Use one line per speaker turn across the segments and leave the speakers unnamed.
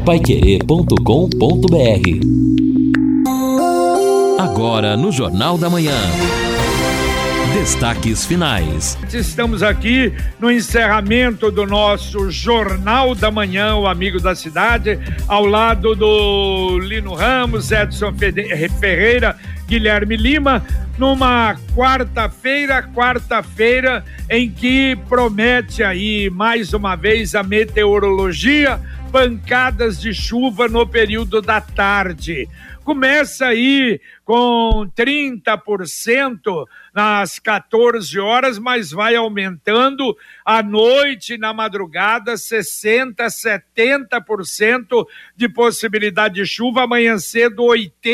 paiquerê.com.br. Agora no Jornal da Manhã. Destaques finais.
Estamos aqui no encerramento do nosso Jornal da Manhã, o Amigo da Cidade, ao lado do Lino Ramos, Edson Ferreira, Guilherme Lima, numa quarta-feira em que promete aí mais uma vez a meteorologia, pancadas de chuva no período da tarde. Começa aí com 30% nas 14 horas, mas vai aumentando à noite, na madrugada, 60%, 70% de possibilidade de chuva, amanhã cedo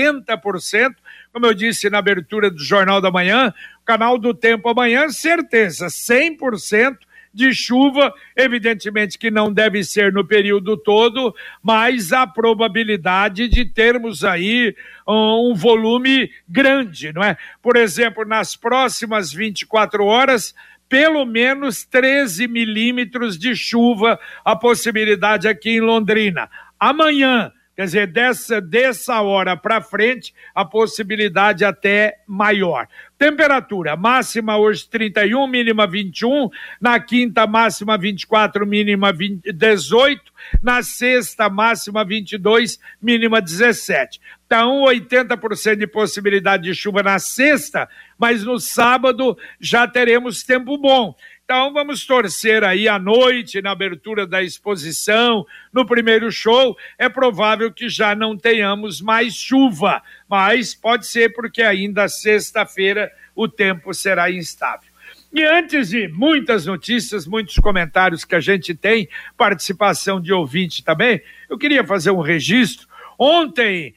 80%, como eu disse na abertura do Jornal da Manhã, canal do Tempo amanhã, certeza, 100% de chuva, evidentemente que não deve ser no período todo, mas a probabilidade de termos aí um volume grande, não é? Por exemplo, nas próximas 24 horas, pelo menos 13 milímetros de chuva, a possibilidade aqui em Londrina. Amanhã, quer dizer, dessa hora para frente, a possibilidade até maior. Temperatura, máxima hoje 31, mínima 21, na quinta máxima 24, mínima 18, na sexta máxima 22, mínima 17. Então, 80% de possibilidade de chuva na sexta, mas no sábado já teremos tempo bom. Então vamos torcer aí à noite, na abertura da exposição, no primeiro show, é provável que já não tenhamos mais chuva, mas pode ser porque ainda sexta-feira o tempo será instável. E antes de muitas notícias, muitos comentários que a gente tem, participação de ouvinte também, eu queria fazer um registro. Ontem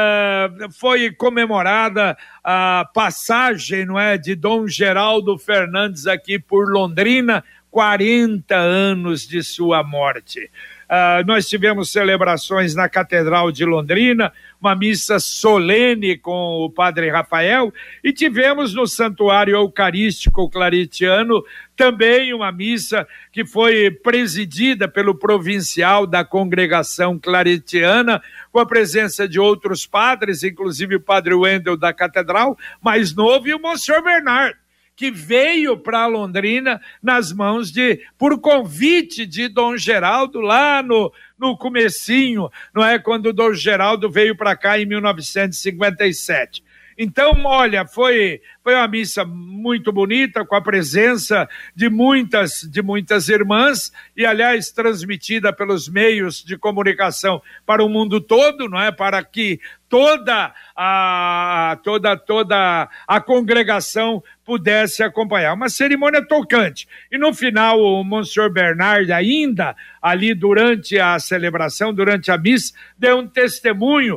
foi comemorada a passagem, não é, de Dom Geraldo Fernandes aqui por Londrina, 40 anos de sua morte. Nós tivemos celebrações na Catedral de Londrina, uma missa solene com o Padre Rafael, e tivemos no Santuário Eucarístico Claretiano também uma missa que foi presidida pelo provincial da congregação claretiana, com a presença de outros padres, inclusive o Padre Wendel da Catedral, mais novo, e o Monsenhor Bernardo, que veio para Londrina nas mãos por convite de Dom Geraldo lá no comecinho, não é? Quando o Dom Geraldo veio para cá em 1957. Então, olha, foi uma missa muito bonita, com a presença de muitas irmãs, e, aliás, transmitida pelos meios de comunicação para o mundo todo, não é? Para que toda a congregação pudesse acompanhar. Uma cerimônia tocante. E no final, o Monsenhor Bernard, ainda ali durante a celebração, durante a missa, deu um testemunho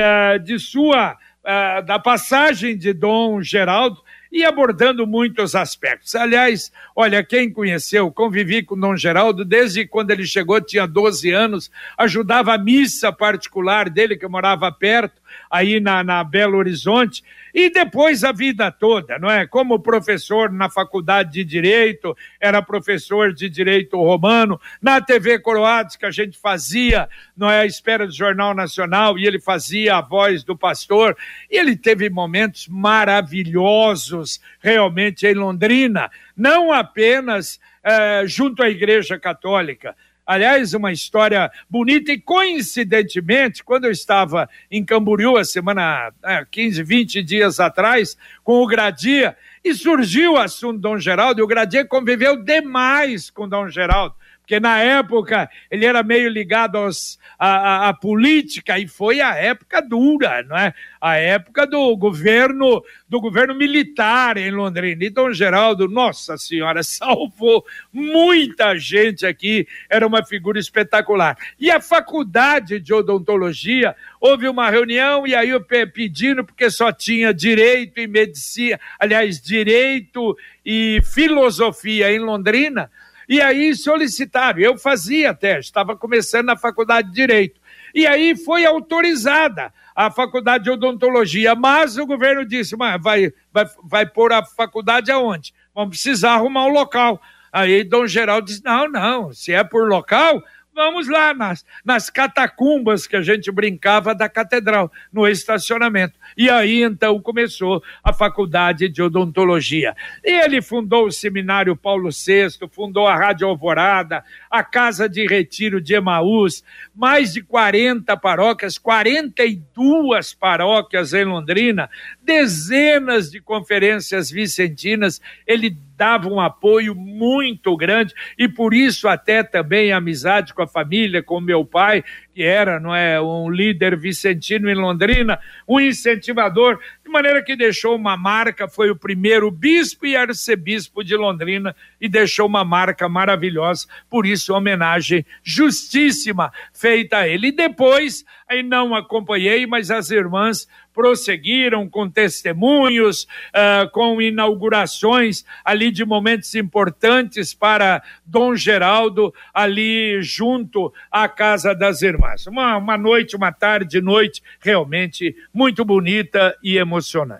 da passagem de Dom Geraldo, e abordando muitos aspectos. Aliás, olha, quem conheceu, convivi com Dom Geraldo desde quando ele chegou, tinha 12 anos, ajudava a missa particular dele, que morava perto, aí na Belo Horizonte, e depois a vida toda, não é? Como professor na Faculdade de Direito, era professor de Direito Romano, na TV Coroados, que a gente fazia, não é, à espera do Jornal Nacional, e ele fazia a voz do pastor, e ele teve momentos maravilhosos, realmente, em Londrina, não apenas junto à Igreja Católica. Aliás, uma história bonita, e coincidentemente, quando eu estava em Camboriú, a semana 15, 20 dias atrás, com o Gradia, e surgiu o assunto Dom Geraldo, e o Gradia conviveu demais com Dom Geraldo, porque na época ele era meio ligado à política, e foi a época dura, não é? A época do governo militar em Londrina. E Dom Geraldo, nossa senhora, salvou muita gente aqui, era uma figura espetacular. E a faculdade de odontologia, houve uma reunião, e aí eu pedindo, porque só tinha direito e medicina, aliás, direito e filosofia em Londrina, e aí solicitaram, eu fazia até, estava começando na faculdade de Direito, e aí foi autorizada a faculdade de odontologia, mas o governo disse, mas vai pôr a faculdade aonde? Vamos precisar arrumar um local. Aí Dom Geraldo disse, não, se é por local, vamos lá nas catacumbas que a gente brincava da catedral, no estacionamento. E aí, então, começou a faculdade de odontologia. Ele fundou o Seminário Paulo VI, fundou a Rádio Alvorada, a Casa de Retiro de Emaús, mais de 40 paróquias, 42 paróquias em Londrina, dezenas de conferências vicentinas. Ele dava um apoio muito grande e por isso até também a amizade com a família, com meu pai, que era, não é, um líder vicentino em Londrina, um incentivador, de maneira que deixou uma marca, foi o primeiro bispo e arcebispo de Londrina e deixou uma marca maravilhosa, por isso homenagem justíssima feita a ele. E depois, aí não acompanhei, mas as irmãs prosseguiram com testemunhos, com inaugurações ali de momentos importantes para Dom Geraldo, ali junto à Casa das Irmãs. Uma noite, uma tarde, noite realmente muito bonita e emocionante.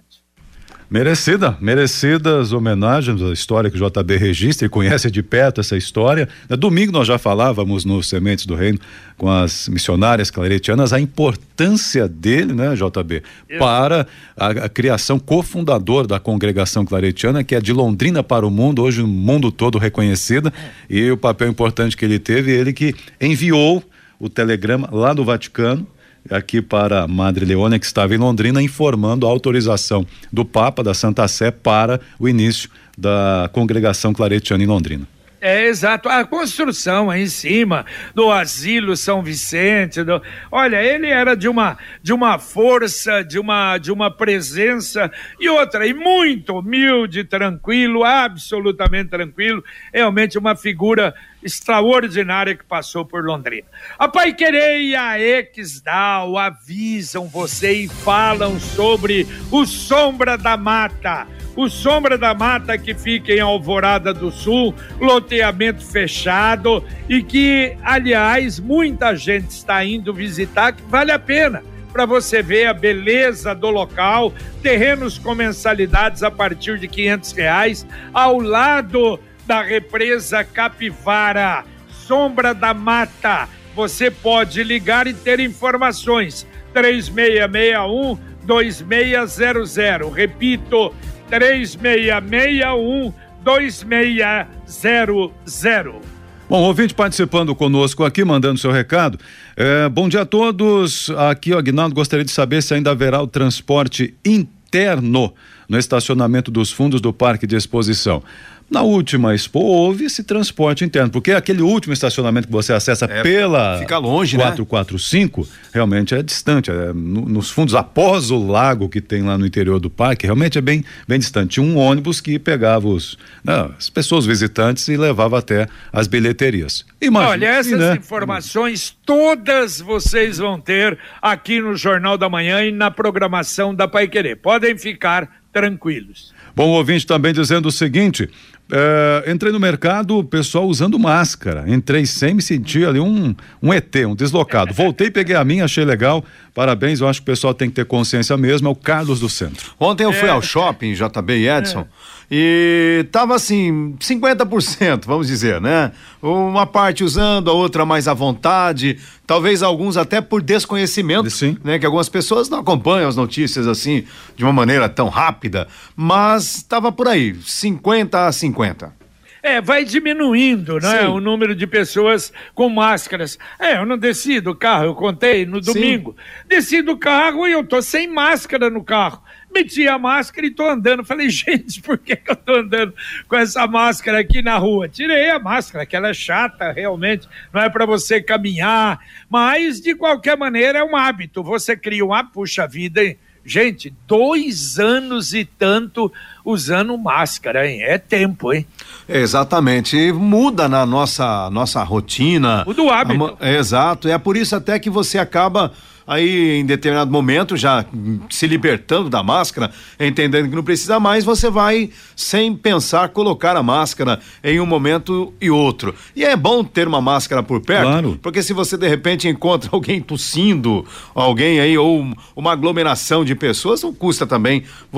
Merecidas homenagens à história que o JB registra e conhece de perto essa história. Domingo nós já falávamos no Sementes do Reino com as missionárias claretianas a importância dele, né, JB, para a criação, cofundador da congregação claretiana, que é de Londrina para o mundo, hoje o mundo todo reconhecida, e o papel importante que ele teve, ele que enviou o telegrama lá do Vaticano aqui para a Madre Leônia, que estava em Londrina, informando a autorização do Papa, da Santa Sé, para o início da congregação claretiana em Londrina.
Exato, a construção aí em cima do asilo São Vicente, olha, ele era de uma força, de uma presença e muito humilde, tranquilo, absolutamente tranquilo, realmente uma figura extraordinária que passou por Londrina. A Paiquerê e a Exdal avisam você e falam sobre o Sombra da Mata. O Sombra da Mata, que fica em Alvorada do Sul, loteamento fechado e que, aliás, muita gente está indo visitar, que vale a pena para você ver a beleza do local, terrenos com mensalidades a partir de R$500, ao lado da represa Capivara. Sombra da Mata, você pode ligar e ter informações, 3661-2600, repito, 3661-2600.
Bom, ouvinte participando conosco aqui, mandando seu recado. Bom dia a todos. Aqui o Aguinaldo gostaria de saber se ainda haverá o transporte interno no estacionamento dos fundos do Parque de Exposição. Na última Expo houve esse transporte interno, porque aquele último estacionamento que você acessa pela
fica longe,
445, né? Realmente é distante, nos fundos após o lago que tem lá no interior do parque, realmente é bem distante. Um ônibus que pegava as pessoas visitantes e levava até as bilheterias. Imagina,
olha, essas informações todas vocês vão ter aqui no Jornal da Manhã e na programação da Paiquerê. Podem ficar tranquilos.
Bom, o ouvinte também dizendo o seguinte: entrei no mercado, o pessoal usando máscara, entrei sem, me sentir ali um ET, um deslocado, voltei, peguei a minha, achei legal, parabéns, eu acho que o pessoal tem que ter consciência mesmo. É o Carlos do Centro.
Ontem eu fui ao shopping, JB e Edson, e tava assim, 50%, vamos dizer, né? Uma parte usando, a outra mais à vontade, talvez alguns até por desconhecimento, né? Que algumas pessoas não acompanham as notícias assim, de uma maneira tão rápida, mas tava por aí, 50-50.
Vai diminuindo, né? Sim. O número de pessoas com máscaras. Eu não desci do carro, eu contei no domingo. Sim. Desci do carro e eu tô sem máscara no carro. Meti a máscara e tô andando. Falei, gente, por que eu tô andando com essa máscara aqui na rua? Tirei a máscara, que ela é chata, realmente, não é para você caminhar, mas de qualquer maneira é um hábito. Você cria puxa vida, hein? Gente, 2 anos e tanto usando máscara, hein? É tempo, hein?
Exatamente, e muda na nossa rotina.
Muda o hábito.
Exato, é por isso até que você acaba aí em determinado momento já se libertando da máscara, entendendo que não precisa mais, você vai sem pensar colocar a máscara em um momento e outro. E é bom ter uma máscara por perto, claro, porque se você de repente encontra alguém tossindo, alguém aí ou uma aglomeração de pessoas, não custa também você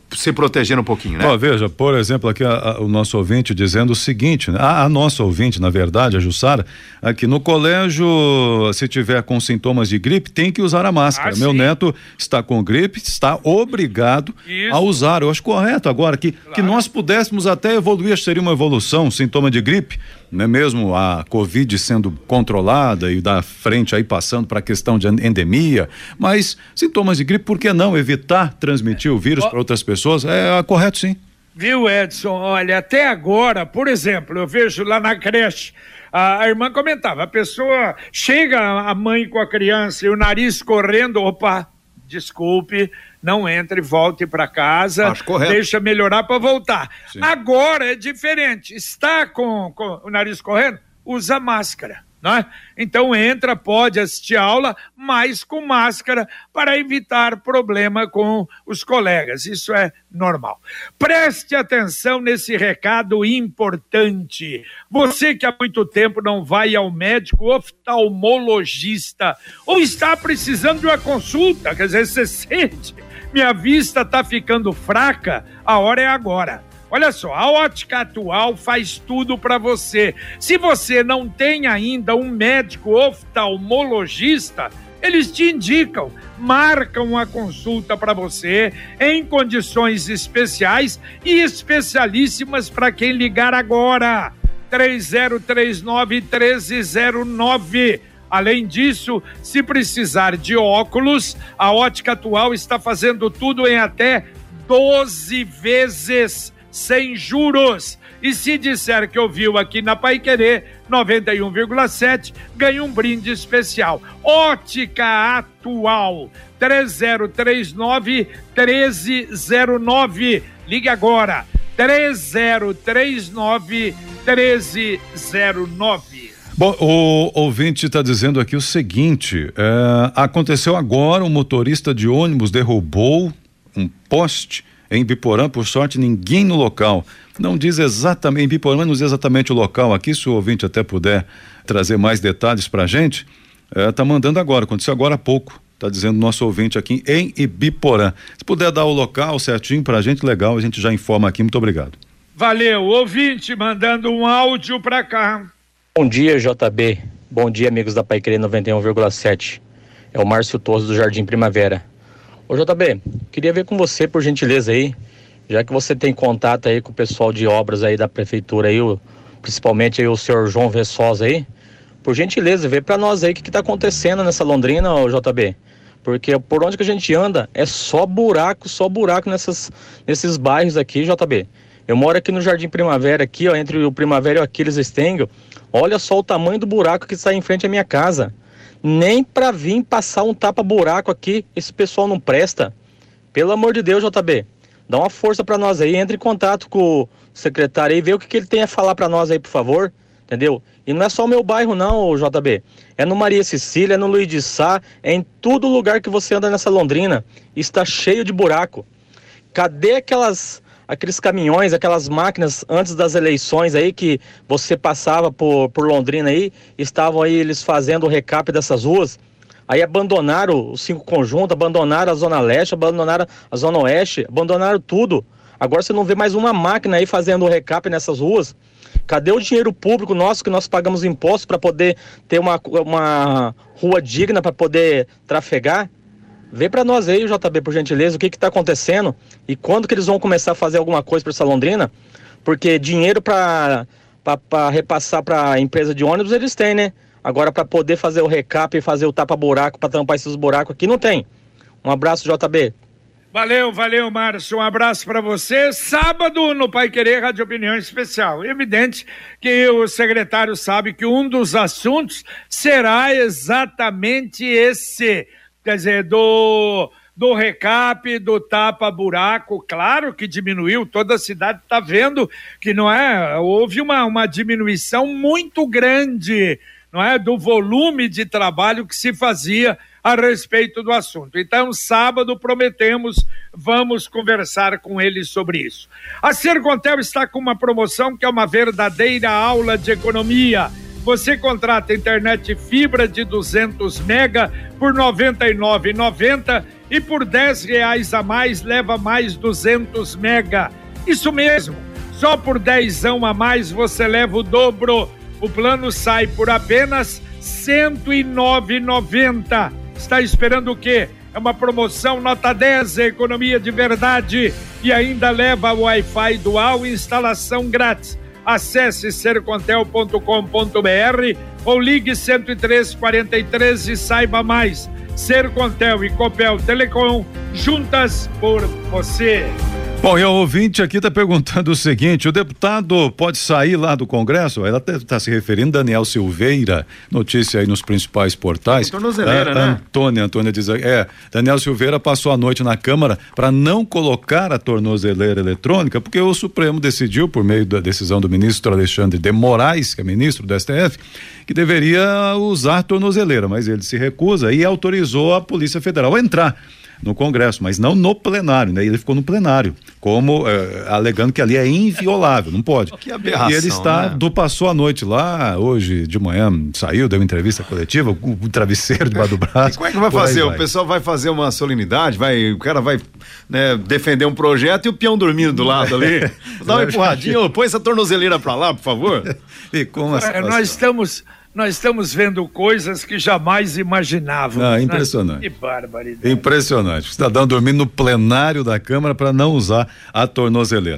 se proteger um pouquinho, né?
Veja, por exemplo, aqui o nosso ouvinte dizendo o seguinte, né? A nossa ouvinte, na verdade, a Jussara, aqui no colégio, se tiver com sintomas de gripe, tem que usar a máscara. Meu neto está com gripe, está obrigado a usar. Eu acho correto agora que nós pudéssemos até evoluir, acho que seria uma evolução, sintoma de gripe, né? Mesmo a Covid sendo controlada e da frente aí passando para a questão de endemia, mas sintomas de gripe, por que não evitar transmitir o vírus para outras pessoas? É correto, sim.
Viu, Edson? Olha, até agora, por exemplo, eu vejo lá na creche, a irmã comentava, a pessoa chega, a mãe com a criança e o nariz correndo, opa, desculpe, não entre, volte para casa, deixa melhorar para voltar. Sim. Agora é diferente, está com o nariz correndo, usa máscara. Né? Então entra, pode assistir a aula, mas com máscara para evitar problema com os colegas, isso é normal. Preste atenção nesse recado importante. Você que há muito tempo não vai ao médico oftalmologista ou está precisando de uma consulta, quer dizer, você sente, minha vista está ficando fraca, a hora é agora. Olha só, a Ótica Atual faz tudo para você. Se você não tem ainda um médico oftalmologista, eles te indicam, marcam a consulta para você em condições especiais e especialíssimas para quem ligar agora. 3039-1309. Além disso, se precisar de óculos, a Ótica Atual está fazendo tudo em até 12 vezes sem juros. E se disser que ouviu aqui na Paiquerê 91,7, ganha um brinde especial. Ótica Atual 3039-1309. Ligue agora, 3039-1309.
Bom, o ouvinte está dizendo aqui o seguinte, aconteceu agora, um motorista de ônibus derrubou um poste em Biporã, por sorte ninguém no local, não diz exatamente, em Biporã não diz exatamente o local aqui, se o ouvinte até puder trazer mais detalhes pra gente, tá mandando agora, aconteceu agora há pouco, tá dizendo nosso ouvinte aqui em Ibiporã, se puder dar o local certinho pra gente, legal, a gente já informa aqui, muito obrigado.
Valeu, ouvinte mandando um áudio pra cá.
Bom dia, JB, bom dia, amigos da Paiquerê 91,7, é o Márcio Torres do Jardim Primavera. Ô JB, queria ver com você, por gentileza aí, já que você tem contato aí com o pessoal de obras aí da prefeitura aí, principalmente aí o senhor João Vessosa aí, por gentileza, vê pra nós aí o que tá acontecendo nessa Londrina, ô JB, porque por onde que a gente anda é só buraco nesses bairros aqui, JB. Eu moro aqui no Jardim Primavera, aqui ó, entre o Primavera e o Aquiles Stengel, olha só o tamanho do buraco que está em frente à minha casa. Nem pra vir passar um tapa-buraco aqui, esse pessoal não presta. Pelo amor de Deus, JB, dá uma força pra nós aí, entre em contato com o secretário aí, vê o que ele tem a falar pra nós aí, por favor, entendeu? E não é só o meu bairro não, JB, é no Maria Cecília, é no Luiz de Sá, é em todo lugar que você anda nessa Londrina, está cheio de buraco. Cadê aqueles caminhões, aquelas máquinas antes das eleições aí que você passava por Londrina aí, estavam aí eles fazendo o recap dessas ruas, aí abandonaram os 5 conjuntos, abandonaram a Zona Leste, abandonaram a Zona Oeste, abandonaram tudo. Agora você não vê mais uma máquina aí fazendo o recap nessas ruas. Cadê o dinheiro público nosso que nós pagamos impostos para poder ter uma rua digna para poder trafegar? Vê pra nós aí, JB, por gentileza, o que tá acontecendo e quando que eles vão começar a fazer alguma coisa pra essa Londrina, porque dinheiro pra repassar pra empresa de ônibus eles têm, né? Agora pra poder fazer o recap e fazer o tapa-buraco, pra tampar esses buracos aqui, não tem. Um abraço, JB.
Valeu, Márcio, um abraço pra você. Sábado no Paiquerê Rádio Opinião Especial. Evidente que o secretário sabe que um dos assuntos será exatamente esse. Quer dizer, do recap, do tapa-buraco, claro que diminuiu, toda a cidade está vendo que não é, houve uma diminuição muito grande, não é, do volume de trabalho que se fazia a respeito do assunto. Então, sábado, prometemos, vamos conversar com eles sobre isso. A Sercontel está com uma promoção que é uma verdadeira aula de economia. Você contrata internet fibra de 200 mega por R$ 99,90 e por R$10 a mais leva mais 200 mega. Isso mesmo, só por 10 a mais você leva o dobro. O plano sai por apenas R$109,90. Está esperando o quê? É uma promoção nota 10, economia de verdade, e ainda leva o Wi-Fi dual e instalação grátis. Acesse sercontel.com.br ou ligue 10343 e saiba mais. Sercontel e Copel Telecom, juntas por você.
Bom, e o ouvinte aqui está perguntando o seguinte: o deputado pode sair lá do Congresso? Ela está se referindo a Daniel Silveira, notícia aí nos principais portais.
Tornozeleira, né?
Antônia diz, Daniel Silveira passou a noite na Câmara para não colocar a tornozeleira eletrônica, porque o Supremo decidiu, por meio da decisão do ministro Alexandre de Moraes, que é ministro do STF, que deveria usar tornozeleira, mas ele se recusa e autorizou a Polícia Federal a entrar no Congresso, mas não no plenário, né? Ele ficou no plenário, como alegando que ali é inviolável, não pode.
Que aberração,
e ele passou a noite lá, hoje de manhã saiu, deu uma entrevista coletiva, o travesseiro debaixo do braço.
E como é que vai fazer? O pessoal vai fazer uma solenidade, o cara vai, né, defender um projeto e o peão dormindo do lado ali. Dá uma empurradinha, põe essa tornozeleira pra lá, por favor.
E como
Nós estamos vendo coisas que jamais imaginávamos.
Impressionante.
Que barbaridade.
Impressionante. O cidadão dormindo no plenário da Câmara para não usar a tornozeleira.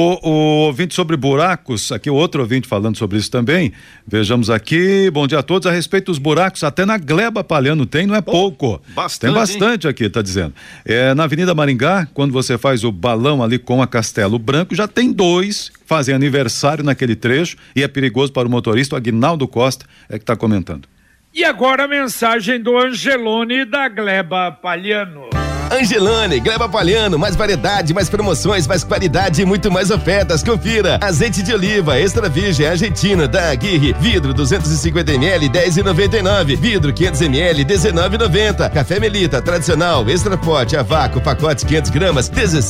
O ouvinte sobre buracos, aqui o outro ouvinte falando sobre isso também. Vejamos aqui, bom dia a todos. A respeito dos buracos, até na Gleba Palhano tem, não é pouco.
Bastante.
Tem bastante aqui, tá dizendo. Na Avenida Maringá, quando você faz o balão ali com a Castelo Branco, já tem 2 fazem aniversário naquele trecho e é perigoso para o motorista. O Aguinaldo Costa é que está comentando.
E agora a mensagem do Angelone da Gleba Palhano.
Angelone, Gleba Palhano, mais variedade, mais promoções, mais qualidade e muito mais ofertas. Confira. Azeite de oliva extra virgem argentino da Aguirre, vidro 250ml, 10,99. Vidro 500ml, 19,90. Café Melita tradicional extra forte a vácuo, pacote 500 gramas,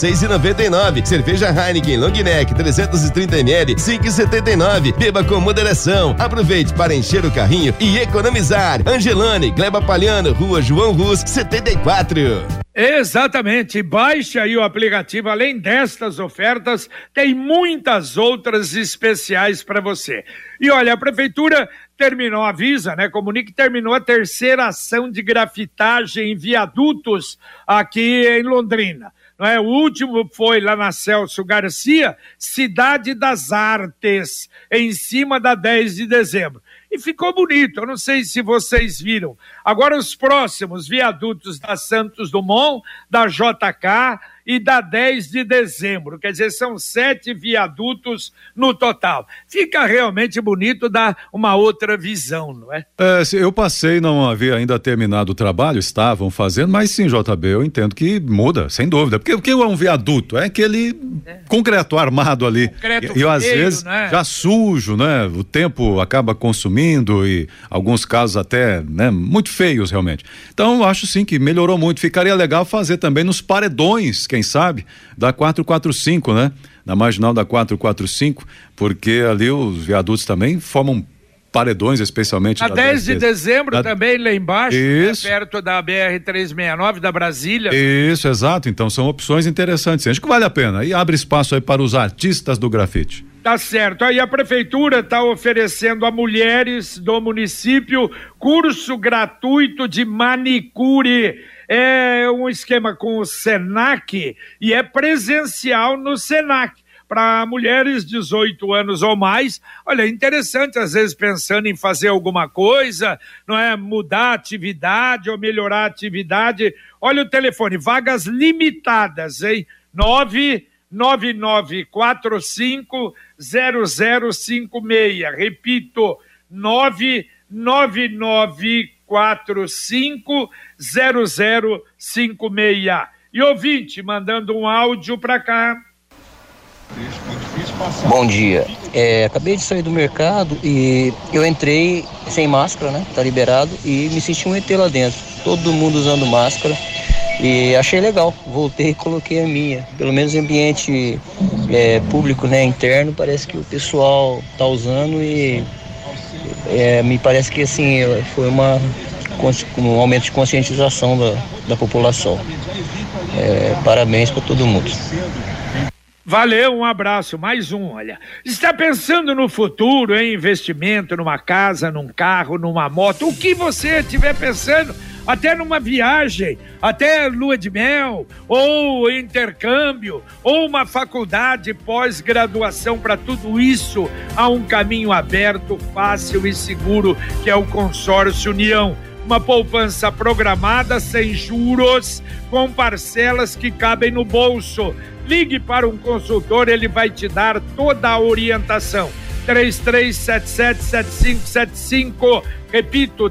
16,99. Cerveja Heineken Long Neck 330ml, 5,79. Beba com moderação. Aproveite para encher o carrinho e economizar. Angelone, Gleba Palhano, Rua João Rus, 74.
Exatamente, baixe aí o aplicativo. Além destas ofertas, tem muitas outras especiais para você. E olha, a prefeitura avisa, né? Comunica que terminou a 3ª ação de grafitagem em viadutos aqui em Londrina. Não é? O último foi lá na Celso Garcia, Cidade das Artes, em cima da 10 de dezembro. E ficou bonito, eu não sei se vocês viram. Agora os próximos viadutos da Santos Dumont, da JK e da 10 de dezembro, quer dizer, são 7 viadutos no total. Fica realmente bonito, dá uma outra visão, não é?
Eu passei, não havia ainda terminado o trabalho, estavam fazendo, mas sim, JB, eu entendo que muda, sem dúvida, porque é um viaduto, é aquele concreto armado ali, e às vezes né? Já sujo, né? O tempo acaba consumindo e alguns casos até, né? Muito feios realmente. Então, eu acho sim que melhorou muito, ficaria legal fazer também nos paredões, quem sabe, da 445, né? Na marginal da 445, porque ali os viadutos também formam paredões, especialmente
a 10 de dezembro também lá embaixo, né, perto da BR-369 da Brasília.
Isso, exato, então são opções interessantes, acho que vale a pena e abre espaço aí para os artistas do grafite.
Tá certo, aí a prefeitura está oferecendo a mulheres do município curso gratuito de manicure. É um esquema com o Senac e é presencial no Senac. Para mulheres 18 anos ou mais, olha, interessante, às vezes pensando em fazer alguma coisa, não é? Mudar a atividade ou melhorar a atividade. Olha o telefone, vagas limitadas, hein? 999450056, repito, 999450056. E ouvinte, mandando um áudio para cá.
Bom dia, acabei de sair do mercado e eu entrei sem máscara, né? Tá liberado e me senti um ET lá dentro, todo mundo usando máscara e achei legal, voltei e coloquei a minha, pelo menos em ambiente público, né? Interno, parece que o pessoal tá usando e me parece que assim, foi uma um aumento de conscientização da população. Parabéns para todo mundo.
Valeu, um abraço, mais um, olha. Está pensando no futuro, em investimento numa casa, num carro, numa moto, o que você estiver pensando, até numa viagem, até lua de mel, ou intercâmbio, ou uma faculdade, pós-graduação, para tudo isso há um caminho aberto, fácil e seguro, que é o Consórcio União. Uma poupança programada, sem juros, com parcelas que cabem no bolso. Ligue para um consultor, ele vai te dar toda a orientação. 33777575, repito,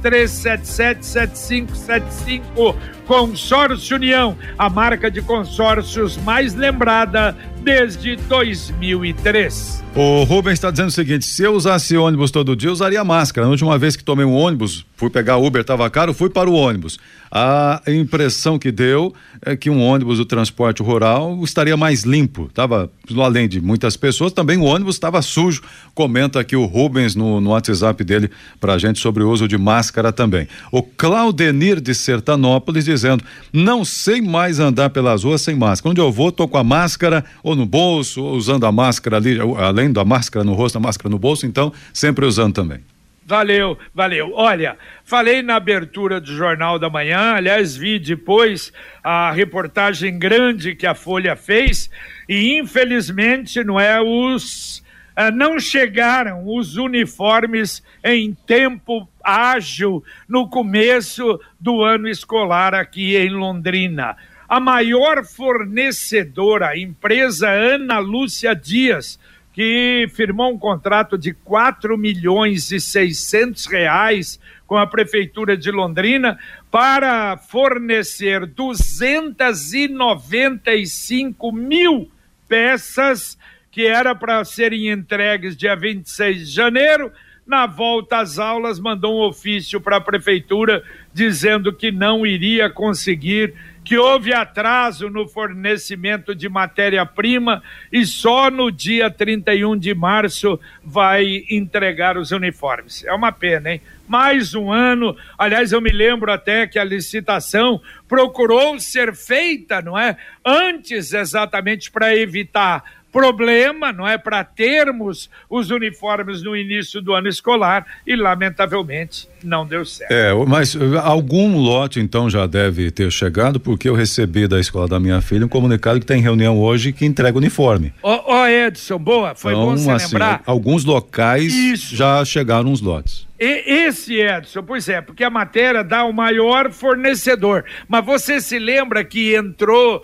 33777575. Consórcio União, a marca de consórcios mais lembrada desde 2003.
O Rubens está dizendo o seguinte: se eu usasse ônibus todo dia, eu usaria máscara. Na última vez que tomei um ônibus, fui pegar Uber, estava caro, fui para o ônibus. A impressão que deu é que um ônibus do transporte rural estaria mais limpo. Estava, além de muitas pessoas, também o ônibus estava sujo. Comenta aqui o Rubens no WhatsApp dele para a gente sobre o uso de máscara também. O Claudenir de Sertanópolis dizendo: não sei mais andar pelas ruas sem máscara. Onde eu vou, tô com a máscara ou no bolso, ou usando a máscara ali, além da máscara no rosto, a máscara no bolso, então sempre usando também.
Valeu. Olha, falei na abertura do Jornal da Manhã, aliás, vi depois a reportagem grande que a Folha fez e, infelizmente, não chegaram os uniformes em tempo ágil no começo do ano escolar aqui em Londrina. A maior fornecedora, a empresa Ana Lúcia Dias, que firmou um contrato de R$4.600.000 com a Prefeitura de Londrina para fornecer 295 mil peças que era para serem entregues dia 26 de janeiro. Na volta às aulas, mandou um ofício para a Prefeitura dizendo que não iria conseguir, que houve atraso no fornecimento de matéria-prima e só no dia 31 de março vai entregar os uniformes. É uma pena, hein? Mais um ano. Aliás, eu me lembro até que a licitação procurou ser feita, não é? Antes, exatamente para evitar problema, não é? Para termos os uniformes no início do ano escolar e, lamentavelmente, não deu certo.
Mas algum lote, então, já deve ter chegado, porque eu recebi da escola da minha filha um comunicado que tem reunião hoje que entrega uniforme.
Edson, boa, foi então, bom você lembrar.
Alguns locais já chegaram uns lotes.
Esse, Edson, pois é, porque a matéria dá o maior fornecedor, mas você se lembra que entrou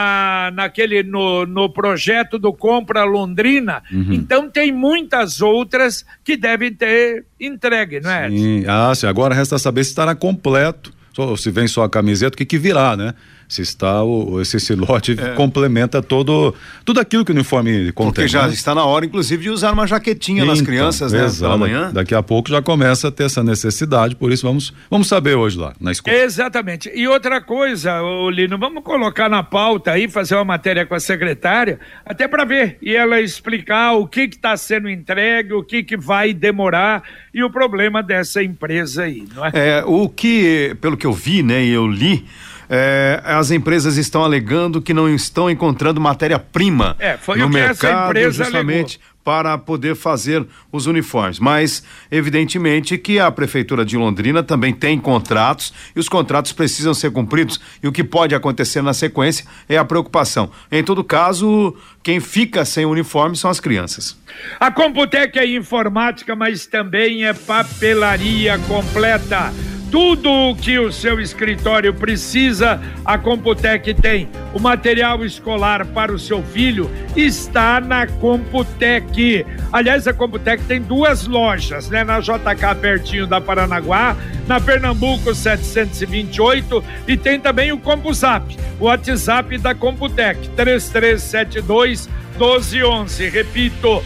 no projeto do Compra Londrina? Uhum. Então tem muitas outras que devem ter entregue, não é, Edson?
Sim, agora resta saber se estará completo, se vem só a camiseta, o que virá, né? Se está esse lote complementa tudo aquilo que o uniforme contém.
Porque já está na hora, inclusive, de usar uma jaquetinha nas crianças, né? Pela manhã.
Daqui a pouco já começa a ter essa necessidade, por isso vamos saber hoje lá na escola.
Exatamente. E outra coisa, Lino, vamos colocar na pauta aí, fazer uma matéria com a secretária, até para ver, e ela explicar o que está sendo entregue, o que vai demorar e o problema dessa empresa aí, não é?
Pelo que eu vi, né, e eu li, as empresas estão alegando que não estão encontrando matéria-prima no mercado, justamente para poder fazer os uniformes, mas evidentemente que a Prefeitura de Londrina também tem contratos e os contratos precisam ser cumpridos, e o que pode acontecer na sequência é a preocupação. Em todo caso, quem fica sem uniforme são as crianças.
A Computec é informática, mas também é papelaria completa. Tudo o que o seu escritório precisa, a Computec tem. O material escolar para o seu filho está na Computec. Aliás, a Computec tem 2 lojas, né? Na JK, pertinho da Paranaguá, na Pernambuco 728, e tem também o CompuZap, o WhatsApp da Computec, 3372-1211. Repito,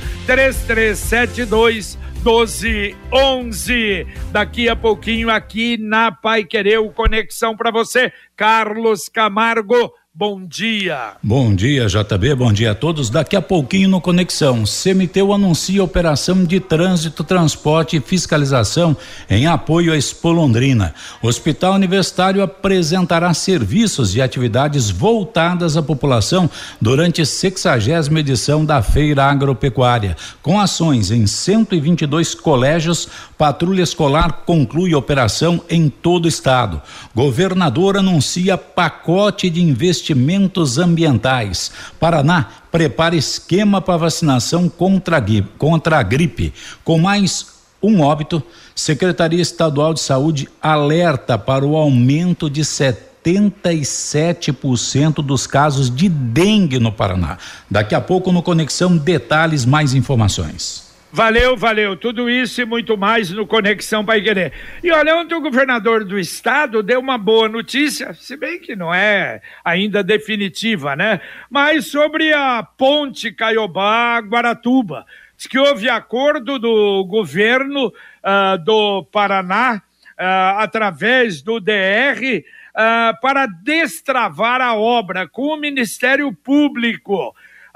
3372-1211. Daqui a pouquinho aqui na Paiquerê, Conexão para você, Carlos Camargo, Bom dia.
Bom dia, JB, bom dia a todos. Daqui a pouquinho no Conexão, CMTU anuncia operação de trânsito, transporte e fiscalização em apoio à Expo Londrina. O Hospital Universitário apresentará serviços e atividades voltadas à população durante a 60ª edição da Feira Agropecuária. Com ações em 122 colégios, patrulha escolar conclui operação em todo o estado. Governador anuncia pacote de investimentos ambientais. Paraná prepara esquema para vacinação contra a gripe. Com mais um óbito, Secretaria Estadual de Saúde alerta para o aumento de 77% dos casos de dengue no Paraná. Daqui a pouco no Conexão, detalhes, mais informações.
Valeu. Tudo isso e muito mais no Conexão Paiquerê. E olha, ontem o governador do estado deu uma boa notícia, se bem que não é ainda definitiva, né? Mas sobre a ponte Caiobá-Guaratuba. Diz que houve acordo do governo do Paraná, através do DR, para destravar a obra com o Ministério Público.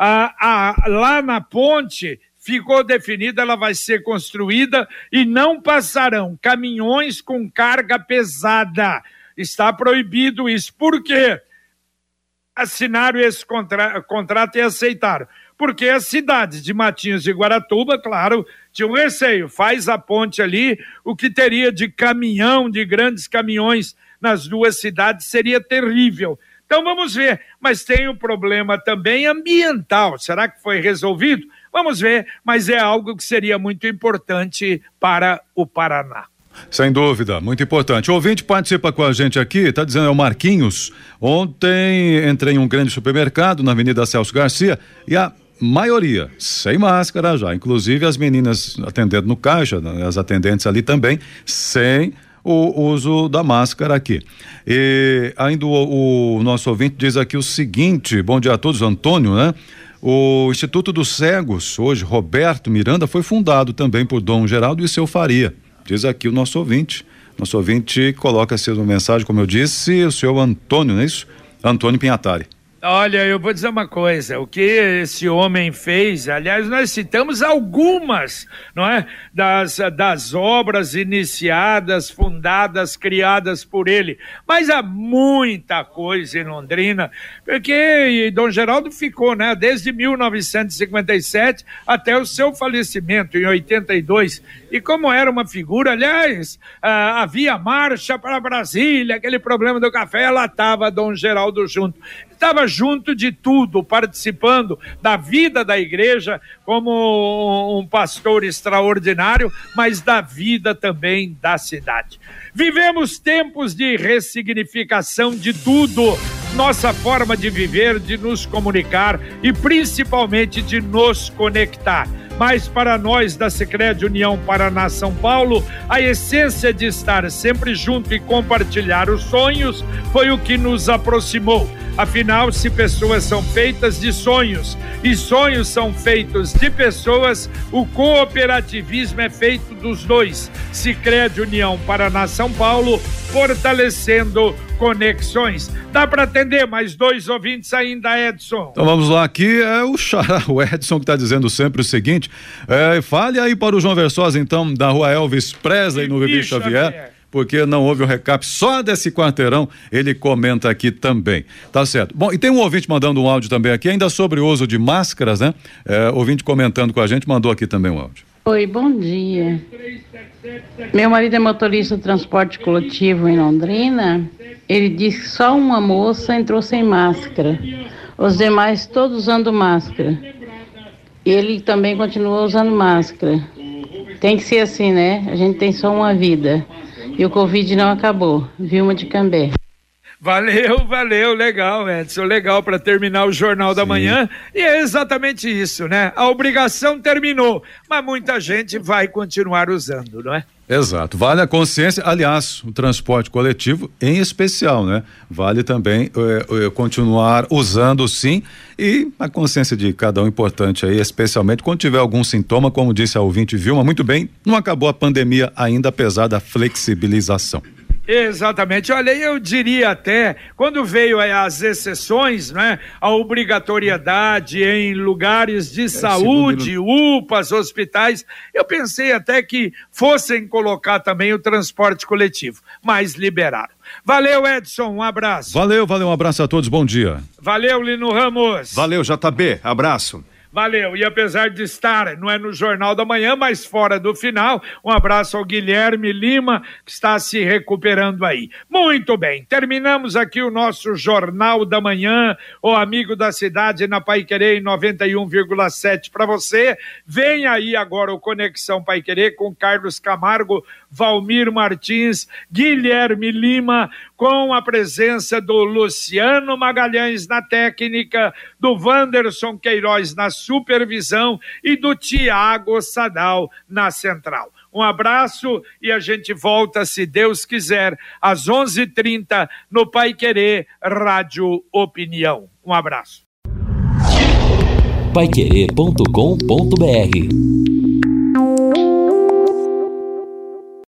Lá na ponte ficou definida, ela vai ser construída e não passarão caminhões com carga pesada. Está proibido isso. Por quê? Assinaram esse contrato e aceitaram. Porque as cidades de Matinhos e Guaratuba, claro, tinham receio. Faz a ponte ali, o que teria de caminhão, de grandes caminhões nas duas cidades seria terrível. Então vamos ver, mas tem o problema também ambiental. Será que foi resolvido? Vamos ver, mas é algo que seria muito importante para o Paraná.
Sem dúvida, muito importante. O ouvinte participa com a gente aqui, está dizendo, é o Marquinhos. Ontem entrei em um grande supermercado na Avenida Celso Garcia e a maioria sem máscara já, inclusive as meninas atendendo no caixa, as atendentes ali também, sem o uso da máscara aqui. E ainda o nosso ouvinte diz aqui o seguinte, bom dia a todos, Antônio, né? O Instituto dos Cegos, hoje, Roberto Miranda, foi fundado também por Dom Geraldo e seu Faria. Diz aqui o nosso ouvinte. Nosso ouvinte coloca assim uma mensagem, como eu disse, o senhor Antônio, não é isso? Antônio Pinhatari.
Olha, eu vou dizer uma coisa, o que esse homem fez, aliás, nós citamos algumas, não é? Das obras iniciadas, fundadas, criadas por ele, mas há muita coisa em Londrina, porque Dom Geraldo ficou, né? Desde 1957 até o seu falecimento em 82, e como era uma figura, aliás, havia marcha para Brasília, aquele problema do café, lá estava Dom Geraldo junto. Estava junto de tudo, participando da vida da igreja como um pastor extraordinário, mas da vida também da cidade. Vivemos tempos de ressignificação de tudo, nossa forma de viver, de nos comunicar e principalmente de nos conectar. Mas para nós da Sicredi União Paraná São Paulo, a essência de estar sempre junto e compartilhar os sonhos foi o que nos aproximou. Afinal, se pessoas são feitas de sonhos e sonhos são feitos de pessoas, o cooperativismo é feito dos dois. Sicredi União Paraná São Paulo, fortalecendo conexões. Dá para atender mais dois ouvintes ainda, Edson?
Então vamos lá, aqui é o Xará, o Edson, que está dizendo sempre o seguinte, fale aí para o João Versosa, então, da rua Elvis Presley, no Vivi Xavier, porque não houve o recap só desse quarteirão, ele comenta aqui também, tá certo. Bom, e tem um ouvinte mandando um áudio também aqui, ainda sobre o uso de máscaras, né? Ouvinte comentando com a gente, mandou aqui também um áudio.
Oi, bom dia. Meu marido é motorista de transporte coletivo em Londrina. Ele disse que só uma moça entrou sem máscara. Os demais todos usando máscara. Ele também continua usando máscara. Tem que ser assim, né? A gente tem só uma vida. E o Covid não acabou. Vilma de Cambé.
Valeu, legal, Edson, legal para terminar o Jornal da Manhã, e é exatamente isso, né? A obrigação terminou, mas muita gente vai continuar usando, não é?
Exato, vale a consciência, aliás, o transporte coletivo em especial, né? Vale também continuar usando sim, e a consciência de cada um importante aí, especialmente quando tiver algum sintoma, como disse a ouvinte Vilma, muito bem, não acabou a pandemia ainda, apesar da flexibilização.
Exatamente. Olha, eu diria até, quando veio as exceções, né, a obrigatoriedade em lugares de saúde, UPAs, hospitais, eu pensei até que fossem colocar também o transporte coletivo, mas liberaram. Valeu, Edson, um abraço.
Valeu, um abraço a todos, bom dia.
Valeu, Lino Ramos.
Valeu, JB, abraço.
Valeu, e apesar de estar, não é no Jornal da Manhã, mas fora do final, um abraço ao Guilherme Lima, que está se recuperando aí. Muito bem, terminamos aqui o nosso Jornal da Manhã, o amigo da cidade na Paiquerê em 91,7 para você. Vem aí agora o Conexão Paiquerê com Carlos Camargo, Valmir Martins, Guilherme Lima, com a presença do Luciano Magalhães na técnica, do Wanderson Queiroz na supervisão e do Tiago Sadal na central. Um abraço e a gente volta, se Deus quiser, às 11h30 no Paiquerê Rádio Opinião. Um abraço.
paiquerê.com.br